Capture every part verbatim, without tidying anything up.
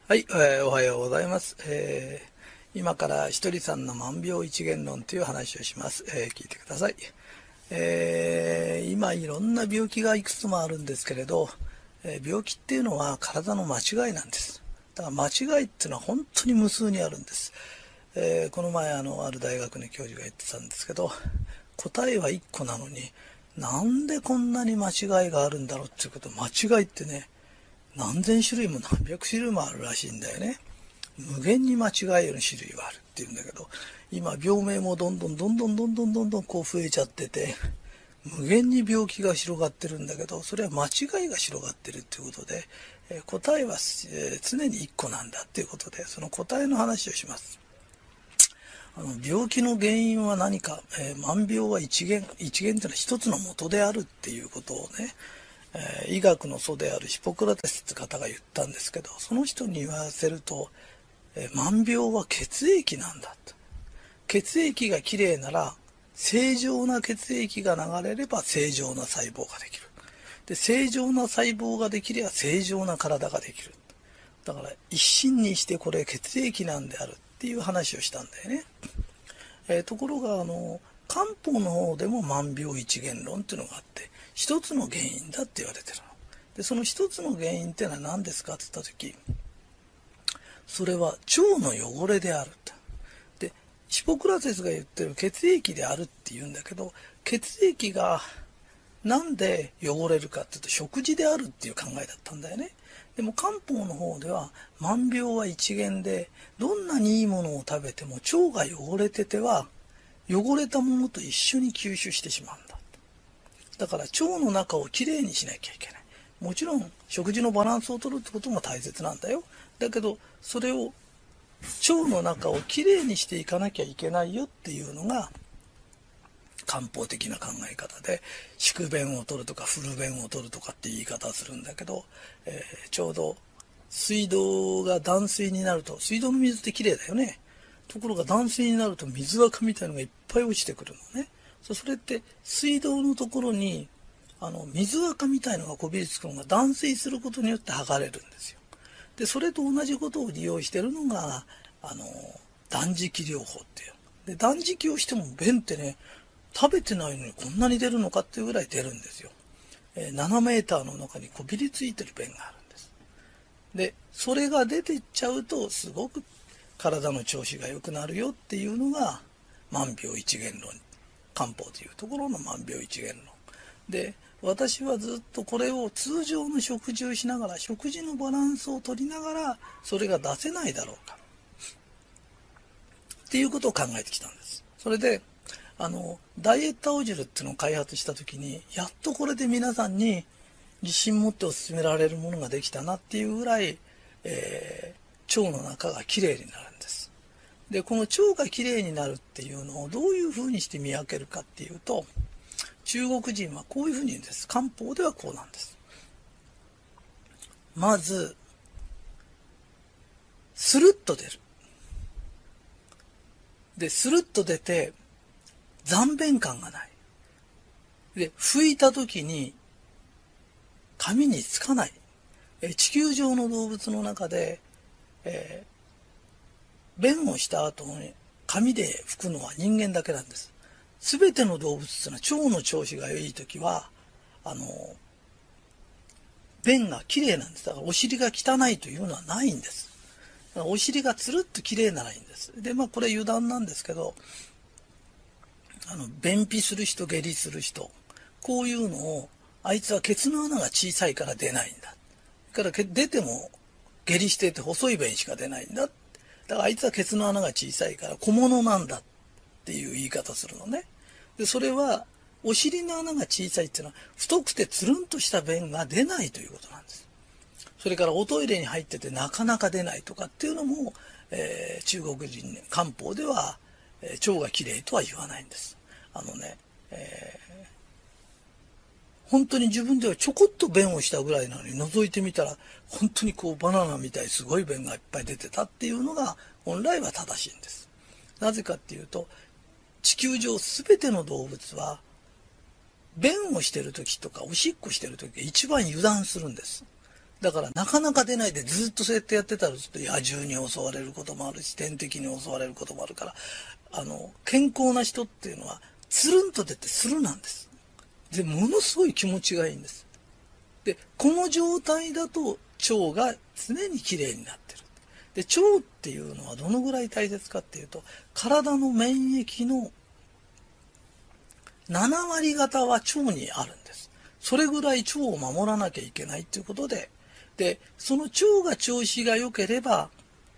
はい、えーおはようございます。えー今からひとりさんの万病一元論という話をします。えー聞いてください。えー今いろんな病気がいくつもあるんですけれど、えー病気っていうのは体の間違いなんです。だから間違いっていうのは本当に無数にあるんです。えーこの前あのある大学の教授が言ってたんですけど、答えはいっこなのになんでこんなに間違いがあるんだろうっていうこと、間違いってね、何千種類も何百種類もあるらしいんだよね。無限に間違える種類はあるっていうんだけど、今病名もどんどんどんどんどんどんどんどんこう増えちゃってて、無限に病気が広がってるんだけど、それは間違いが広がってるっていうことで、えー答えは、えー常にいっこなんだっていうことで、その答えの話をします。あの病気の原因は何か、えー万病は一元、一元というのは一つの元であるっていうことをね、えー医学の祖であるヒポクラテスって方が言ったんですけど、その人に言わせると、えー万病は血液なんだと。血液がきれいなら、正常な血液が流れれば正常な細胞ができる。で、正常な細胞ができれば正常な体ができる。だから一心にしてこれ血液なんであるっていう話をしたんだよね。えーところが、あの、漢方の方でも万病一元論っていうのがあって、一つの原因だって言われてるの。で、その一つの原因っていうのは何ですかって言ったとき、それは腸の汚れであると。で、ヒポクラテスが言ってる血液であるって言うんだけど、血液がなんで汚れるかっていうと食事であるっていう考えだったんだよね。でも漢方の方では万病は一元で、どんなにいいものを食べても腸が汚れてては汚れたものと一緒に吸収してしまうんだ。だから腸の中をきれいにしなきゃいけない。もちろん食事のバランスを取るってことも大切なんだよ。だけどそれを腸の中をきれいにしていかなきゃいけないよっていうのが漢方的な考え方で、宿便を取るとか古便を取るとかって言い方をするんだけど、えーちょうど水道が断水になると、水道の水ってきれいだよね。ところが断水になると水垢みたいのがいっぱい落ちてくるのね。それって水道のところにあの水垢みたいのがこびりつくのが断水することによって剥がれるんですよ。で、それと同じことを利用しているのが、あの、断食療法っていう。で、断食をしても便ってね、食べてないのにこんなに出るのかっていうぐらい出るんですよ。えー、ななメーターの中にこびりついてる便があるんです。で、それが出てっちゃうと、すごく体の調子が良くなるよっていうのが、万病一元論。漢方というところの万病一元論。で、私はずっとこれを通常の食事をしながら、食事のバランスを取りながら、それが出せないだろうか。っていうことを考えてきたんです。それで、あの、ダイエット青汁っていうのを開発した時に、やっとこれで皆さんに自信持ってお勧められるものができたなっていうぐらい、えー腸の中がきれいになるんです。で、この腸がきれいになるっていうのをどういうふうにして見分けるかっていうと、中国人はこういうふうに言うんです。漢方ではこうなんです。まず、スルッと出る。で、スルッと出て、残便感がない。で、拭いた時に、紙につかない。え地球上の動物の中で、えー便をした後に紙で拭くのは人間だけなんです。すべての動物っていうのは腸の調子がいい時は、あの、便がきれいなんです。だからお尻が汚いというのはないんです。だからお尻がつるっときれいならいいんです。で、まあこれ余談なんですけど、あの、便秘する人、下痢する人、こういうのを、あいつはケツの穴が小さいから出ないんだ。だから出ても下痢してて細い便しか出ないんだ。だからあいつはケツの穴が小さいから小物なんだっていう言い方するのね。で、それはお尻の穴が小さいっていうのは太くてつるんとした便が出ないということなんです。それからおトイレに入っててなかなか出ないとかっていうのも、えー、中国人、ね、漢方では、えー、腸がきれいとは言わないんです。あのね、えー本当に自分ではちょこっと便をしたぐらいなのに覗いてみたら本当にこうバナナみたいすごい便がいっぱい出てたっていうのが本来は正しいんです。なぜかっていうと、地球上すべての動物は便をしてる時とかおしっこしてる時が一番油断するんです。 だからなかなか出ないでずっとそうやってやってたらちょっと野獣に襲われることもあるし、天敵に襲われることもあるから、あの健康な人っていうのはつるんと出てスルなんです。でものすごい気持ちがいいんです。でこの状態だと腸が常にきれいになってる。で腸っていうのはどのぐらい大切かっていうと、体の免疫のななわり方は腸にあるんです。それぐらい腸を守らなきゃいけないということで、でその腸が調子が良ければ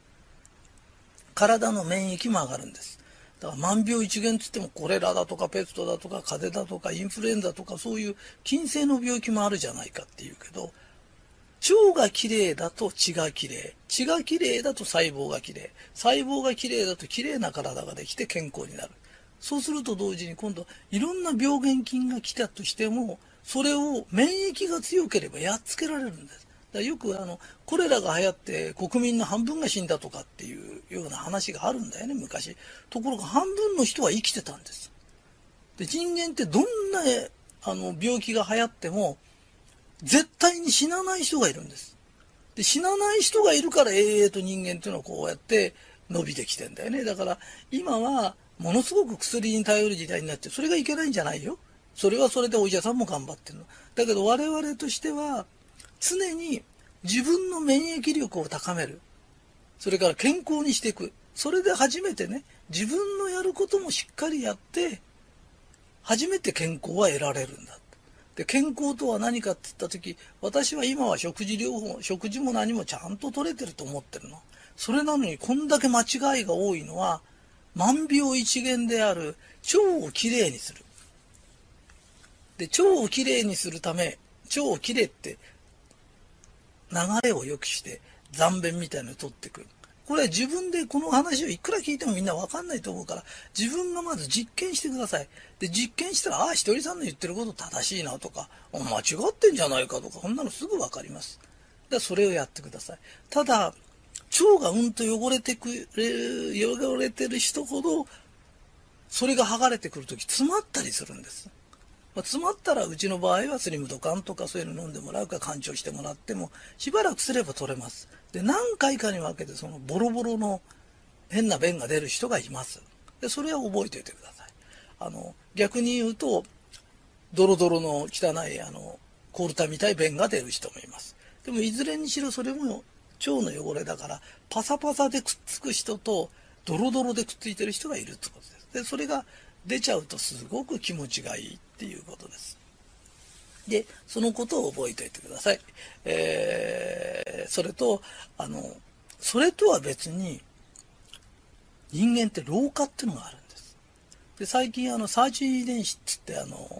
体の免疫も上がるんです。だから万病一元つってもコレラだとかペストだとか風邪だとかインフルエンザとかそういう菌性の病気もあるじゃないかっていうけど、腸がきれいだと血がきれい、血がきれいだと細胞がきれい、細胞がきれいだときれいな体ができて健康になる。そうすると同時に今度いろんな病原菌が来たとしても、それを免疫が強ければやっつけられるんです。だからよくあのコレラが流行って国民の半分が死んだとかっていうような話があるんだよね、昔。ところが半分の人は生きてたんです。で人間ってどんなあの病気が流行っても絶対に死なない人がいるんです。で死なない人がいるから永遠と人間っていうのはこうやって伸びてきてんだよね。だから今はものすごく薬に頼る時代になって、それがいけないんじゃないよ。それはそれでお医者さんも頑張ってるの。だけど我々としては常に自分の免疫力を高める。それから健康にしていく。それで初めてね、自分のやることもしっかりやって、初めて健康は得られるんだ。で健康とは何かって言った時、私は今は食事療法、食事も何もちゃんと取れてると思ってるの。それなのにこんだけ間違いが多いのは、万病一元である腸をきれいにする。で腸をきれいにするため、腸をきれいって流れを良くして残便みたいなのを取ってくる。これは自分でこの話をいくら聞いてもみんな分かんないと思うから、自分がまず実験してください。で実験したら、ああひとりさんの言ってること正しいなとか、間違ってんじゃないかとか、こんなのすぐ分かります。でそれをやってください。ただ腸がうんと汚れてくれ汚れてる人ほど、それが剥がれてくるとき詰まったりするんです。まあ、詰まったらうちの場合はスリムドカンとかそういうの飲んでもらうか干潮してもらってもしばらくすれば取れます。で何回かに分けてそのボロボロの変な便が出る人がいます。でそれは覚えておいてください。あの逆に言うとドロドロの汚いあのコールタみたい便が出る人もいます。でもいずれにしろそれも腸の汚れだから、パサパサでくっつく人とドロドロでくっついてる人がいるってことです。でそれが出ちゃうとすごく気持ちがいいっていうことです。でそのことを覚えておいてください。えー、それとあのそれとは別に人間って老化っていうのがあるんです。で最近あのサーチ遺伝子っつってあの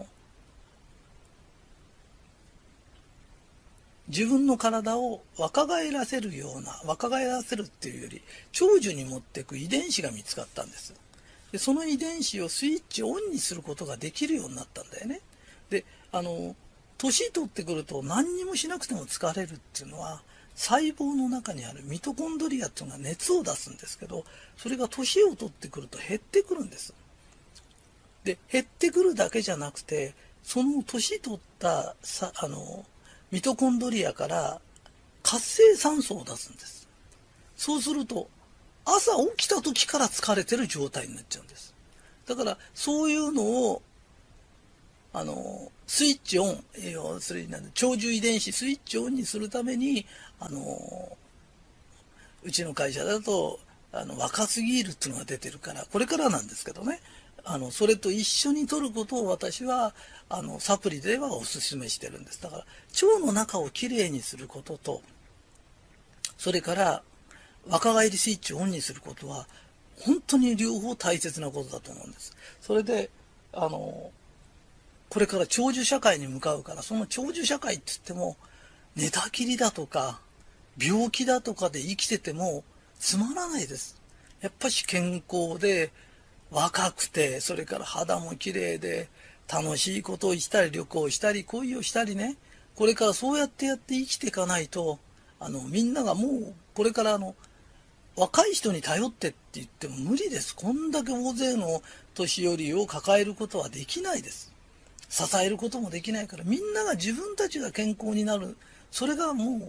自分の体を若返らせるような、若返らせるっていうより長寿に持っていく遺伝子が見つかったんです。でその遺伝子をスイッチオンにすることができるようになったんだよね。であの年取ってくると何にもしなくても疲れるっていうのは、細胞の中にあるミトコンドリアっていうのが熱を出すんですけど、それが年を取ってくると減ってくるんです。で減ってくるだけじゃなくて、その年取ったさあのミトコンドリアから活性酸素を出すんです。そうすると朝起きた時から疲れてる状態になっちゃうんです。だからそういうのをあのスイッチオン、要するに長寿遺伝子スイッチオンにするために、あのうちの会社だとあの若すぎるっていうのが出てるから、これからなんですけどね、あのそれと一緒に摂ることを私はあのサプリではお勧めしてるんです。だから腸の中をきれいにすることと、それから若返りスイッチをオンにすることは本当に両方大切なことだと思うんです。それであのこれから長寿社会に向かうから、その長寿社会って言っても寝たきりだとか病気だとかで生きててもつまらないです。やっぱし健康で若くて、それから肌も綺麗で楽しいことをしたり旅行したり恋をしたりね、これからそうやってやって生きていかないと、あのみんながもうこれからあの若い人に頼ってって言っても無理です。こんだけ大勢の年寄りを抱えることはできないです。支えることもできないから、みんなが自分たちが健康になる、それがもう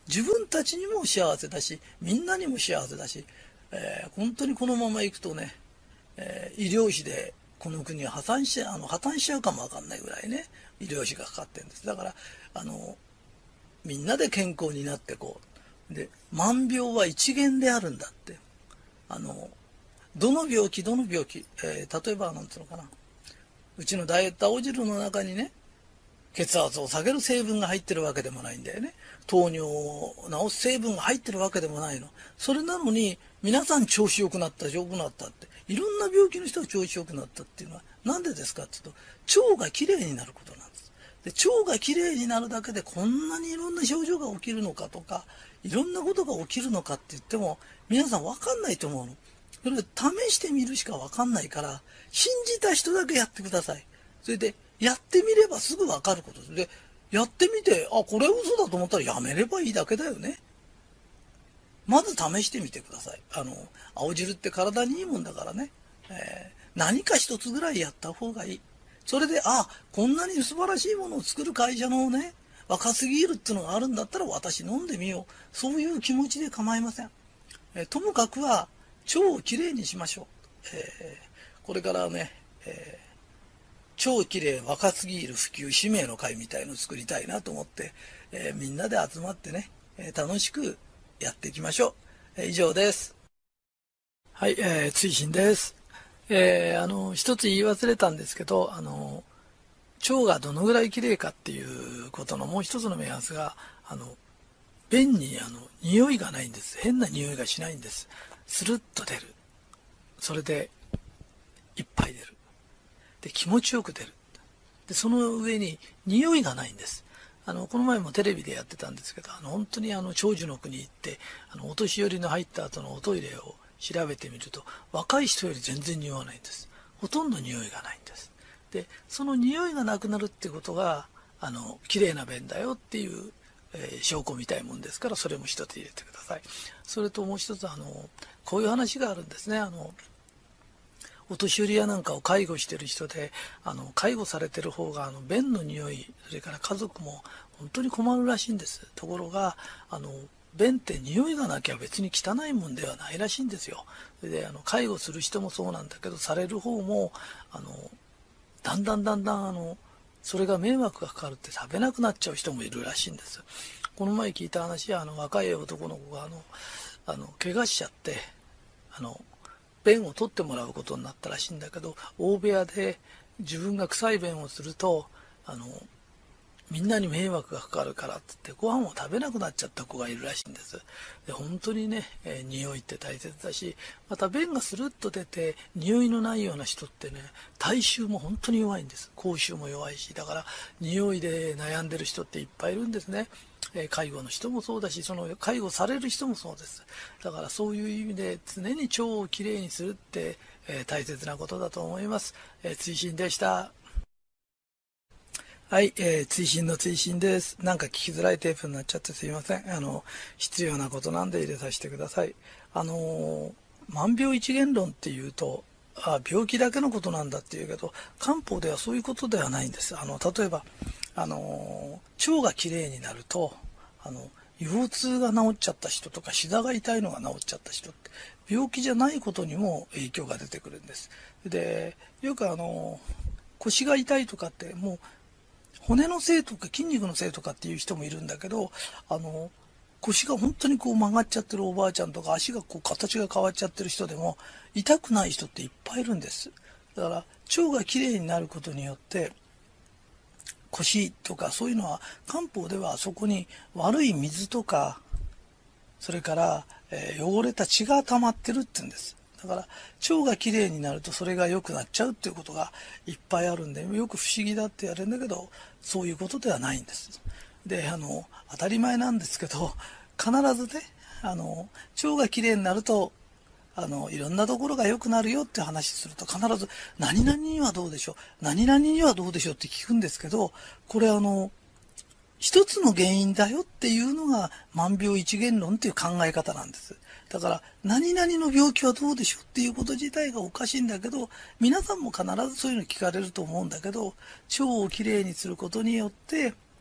自分たちにも幸せだし、みんなにも幸せだし、えー、本当にこのままいくとね、えー、医療費でこの国は破産しあの破綻しちゃうかもわかんないぐらいね、医療費がかかってるんです。だからあのみんなで健康になってこうで、万病は一元であるんだって、あのどの病気どの病気、えー、例えばなんつうのかな、うちのダイエット青汁の中にね、血圧を下げる成分が入ってるわけでもないんだよね。糖尿を治す成分が入ってるわけでもないの。それなのに皆さん調子良くなった良くなったって、いろんな病気の人が調子良くなったっていうのはなんでですかっていうと、腸がきれいになることなんです。で、腸がきれいになるだけでこんなにいろんな症状が起きるのかとか、いろんなことが起きるのかって言っても皆さん分かんないと思うの。それで試してみるしか分かんないから、信じた人だけやってください。それでやってみればすぐ分かることです。で、やってみて、あ、これは嘘だと思ったらやめればいいだけだよね。まず試してみてください。あの、青汁って体にいいもんだからね。えー、何か一つぐらいやった方がいい。それで、あ、こんなに素晴らしいものを作る会社のね、若すぎるっていうのがあるんだったら私飲んでみよう。そういう気持ちで構いません。えー、ともかくは腸をきれいにしましょう。えー、これからね、えー超きれい若すぎる普及使命の会みたいのを作りたいなと思って、えー、みんなで集まってね、えー、楽しくやっていきましょう。えー、以上です。はい、えー、追伸です。えー、あの一つ言い忘れたんですけど、あの腸がどのぐらいきれいかっていうことのもう一つの目安が、あの便にあの匂いがないんです。変な匂いがしないんです。スルッと出る。それでいっぱい出る。で、気持ちよく出る。で、その上に匂いがないんです。あの、この前もテレビでやってたんですけど、あの、本当にあの、長寿の国行って、あの、お年寄りの入った後のおトイレを調べてみると、若い人より全然匂わないんです。ほとんど匂いがないんです。で、その匂いがなくなるっていうことが、あの、綺麗な便だよっていう、えー、証拠みたいもんですから、それも一つ入れてください。それともう一つ、あの、こういう話があるんですね。あの、お年寄りやなんかを介護してる人で、あの介護されてる方があの便の匂い、それから家族も本当に困るらしいんです。ところがあの便って匂いがなきゃ別に汚いもんではないらしいんですよ。それであの介護する人もそうなんだけど、される方もあのだんだんだんだんあのそれが迷惑がかかるって食べなくなっちゃう人もいるらしいんです。この前聞いた話は、あの若い男の子があのあの怪我しちゃって、あの便を取ってもらうことになったらしいんだけど、大部屋で自分が臭い便をするとあのみんなに迷惑がかかるからって言ってご飯を食べなくなっちゃった子がいるらしいんです。で、本当にね、えー、匂いって大切だし、また便がスルッと出て匂いのないような人ってね、体臭も本当に弱いんです。口臭も弱いし、だから匂いで悩んでる人っていっぱいいるんですね。えー、介護の人もそうだし、その介護される人もそうです。だからそういう意味で常に腸をきれいにするって、えー、大切なことだと思います。えー、追伸でした。はい、えー、追伸の追伸です。なんか聞きづらいテープになっちゃってすいません。あの、必要なことなんで入れさせてください。あのー、万病一元論っていうと、あ、病気だけのことなんだっていうけど、漢方ではそういうことではないんです。あの、例えば、あのー、腸がきれいになると、あの、腰痛が治っちゃった人とか、膝が痛いのが治っちゃった人って、病気じゃないことにも影響が出てくるんです。で、よくあのー、腰が痛いとかってもう、骨のせいとか筋肉のせいとかっていう人もいるんだけど、あの腰が本当にこう曲がっちゃってるおばあちゃんとか、足がこう形が変わっちゃってる人でも痛くない人っていっぱいいるんです。だから腸がきれいになることによって腰とかそういうのは、漢方ではそこに悪い水とか、それから、えー、汚れた血が溜まってるって言うんです。だから腸がきれいになるとそれが良くなっちゃうっていうことがいっぱいあるんで、よく不思議だってやるんだけど、そういうことではないんです。で、あの当たり前なんですけど、必ずね、あの腸がきれいになるとあのいろんなところが良くなるよって話すると、必ず何々にはどうでしょう、何々にはどうでしょうって聞くんですけど、これあの一つの原因だよっていうのが万病一元論っていう考え方なんです。だから何々の病気はどうでしょうっていうこと自体がおかしいんだけど、皆さんも必ずそういうの聞かれると思うんだけど、腸をきれいにすることによって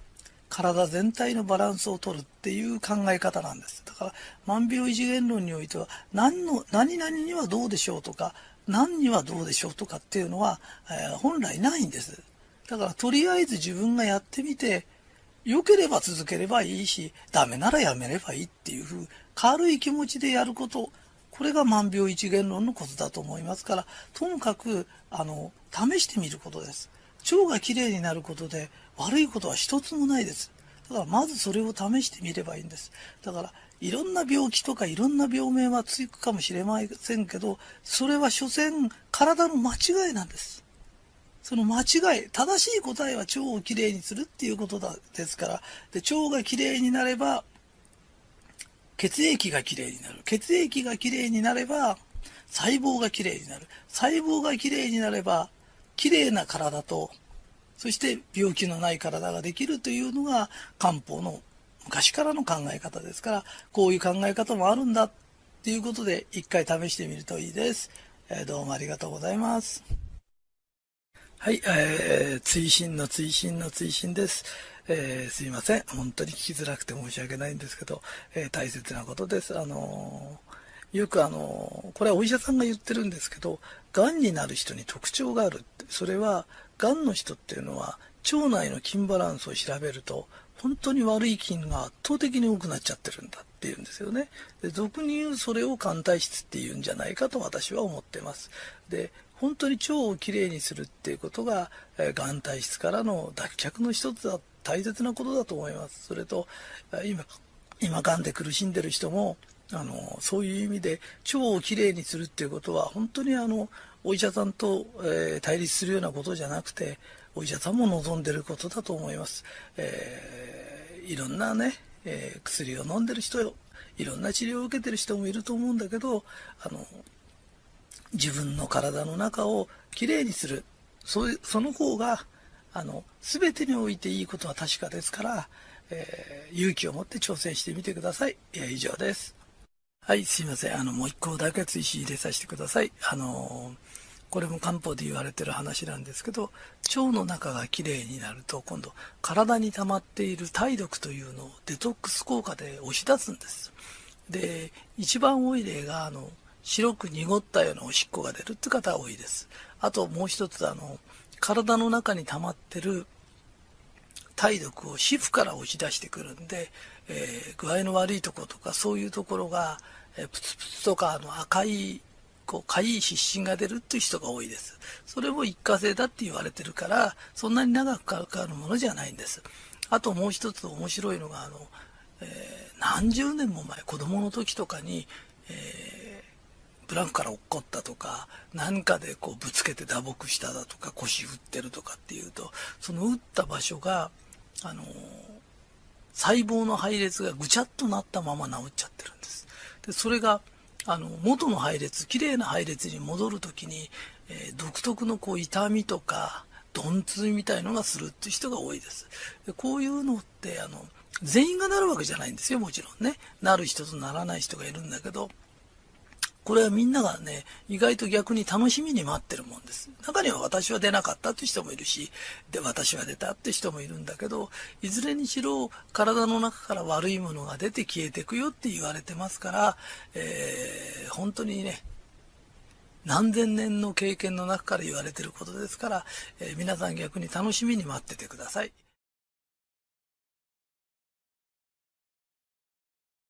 体全体のバランスを取るっていう考え方なんです。だから万病異次元論においては何の何々にはどうでしょうとか何にはどうでしょうとかっていうのは、えー、本来ないんです。だからとりあえず自分がやってみて良ければ続ければいいしダメならやめればいいっていうふう軽い気持ちでやること、これが万病一元論のコツだと思いますから、ともかくあの試してみることです。腸がきれいになることで悪いことは一つもないです。だからまずそれを試してみればいいんです。だからいろんな病気とかいろんな病名はつくかもしれませんけど、それは所詮体の間違いなんです。その間違い、正しい答えは腸をきれいにするっていうことだですから、で腸がきれいになれば血液がきれいになる。血液がきれいになれば細胞がきれいになる。細胞がきれいになればきれいな体と、そして病気のない体ができるというのが漢方の昔からの考え方ですから、こういう考え方もあるんだっていうことで一回試してみるといいです。えー、どうもありがとうございます。はい、えー、追伸の追伸の追伸です。えー、すいません。本当に聞きづらくて申し訳ないんですけど、えー、大切なことです。あのー、よくあのー、これはお医者さんが言ってるんですけど、癌になる人に特徴があるって。それは、癌の人っていうのは、腸内の菌バランスを調べると、本当に悪い菌が圧倒的に多くなっちゃってるんだっていうんですよね。で、俗に言うそれを肝体質っていうんじゃないかと私は思ってます。で、本当に腸をきれいにするっていうことが、えー、がん体質からの脱却の一つだ、大切なことだと思います。それと、今、今、がんで苦しんでる人も、あの、そういう意味で腸をきれいにするっていうことは、本当にあの、お医者さんと、えー、対立するようなことじゃなくて、お医者さんも望んでることだと思います。えー、いろんなね、えー、薬を飲んでる人、いろんな治療を受けてる人もいると思うんだけど、あの、自分の体の中をきれいにする。そういう、その方が、あの、全てにおいていいことは確かですから、えー、勇気を持って挑戦してみてください。えー、以上です。はい、すいません。あの、もう一個だけ追伸入れさせてください。あのー、これも漢方で言われてる話なんですけど、腸の中がきれいになると、今度、体に溜まっている体毒というのをデトックス効果で押し出すんです。で、一番多い例が、あの、白く濁ったようなおしっこが出るって方が多いです。あともう一つ、あの、体の中に溜まってる体毒を皮膚から押し出してくるんで、えー、具合の悪いところとかそういうところが、えー、プツプツとかあの赤いこうかゆい湿疹が出るっていう人が多いです。それも一過性だって言われてるから、そんなに長くかかるものじゃないんです。あともう一つ面白いのが、あの、えー、何十年も前、子供の時とかに、えー、ブランクから落っこったとか、何かでこうぶつけて打撲しただとか、腰振ってるとかっていうと、その打った場所が、あのー、細胞の配列がぐちゃっとなったまま治っちゃってるんです。で、それが、あの、元の配列、綺麗な配列に戻るときに、えー、独特のこう痛みとか、鈍痛みたいのがするっていう人が多いです。で、こういうのって、あの、全員がなるわけじゃないんですよ、もちろんね。なる人とならない人がいるんだけど、これはみんながね、意外と逆に楽しみに待ってるもんです。中には私は出なかったって人もいるし、で、私は出たって人もいるんだけど、いずれにしろ体の中から悪いものが出て消えていくよって言われてますから、えー、本当にね、何千年の経験の中から言われてることですから、えー、皆さん逆に楽しみに待っててください。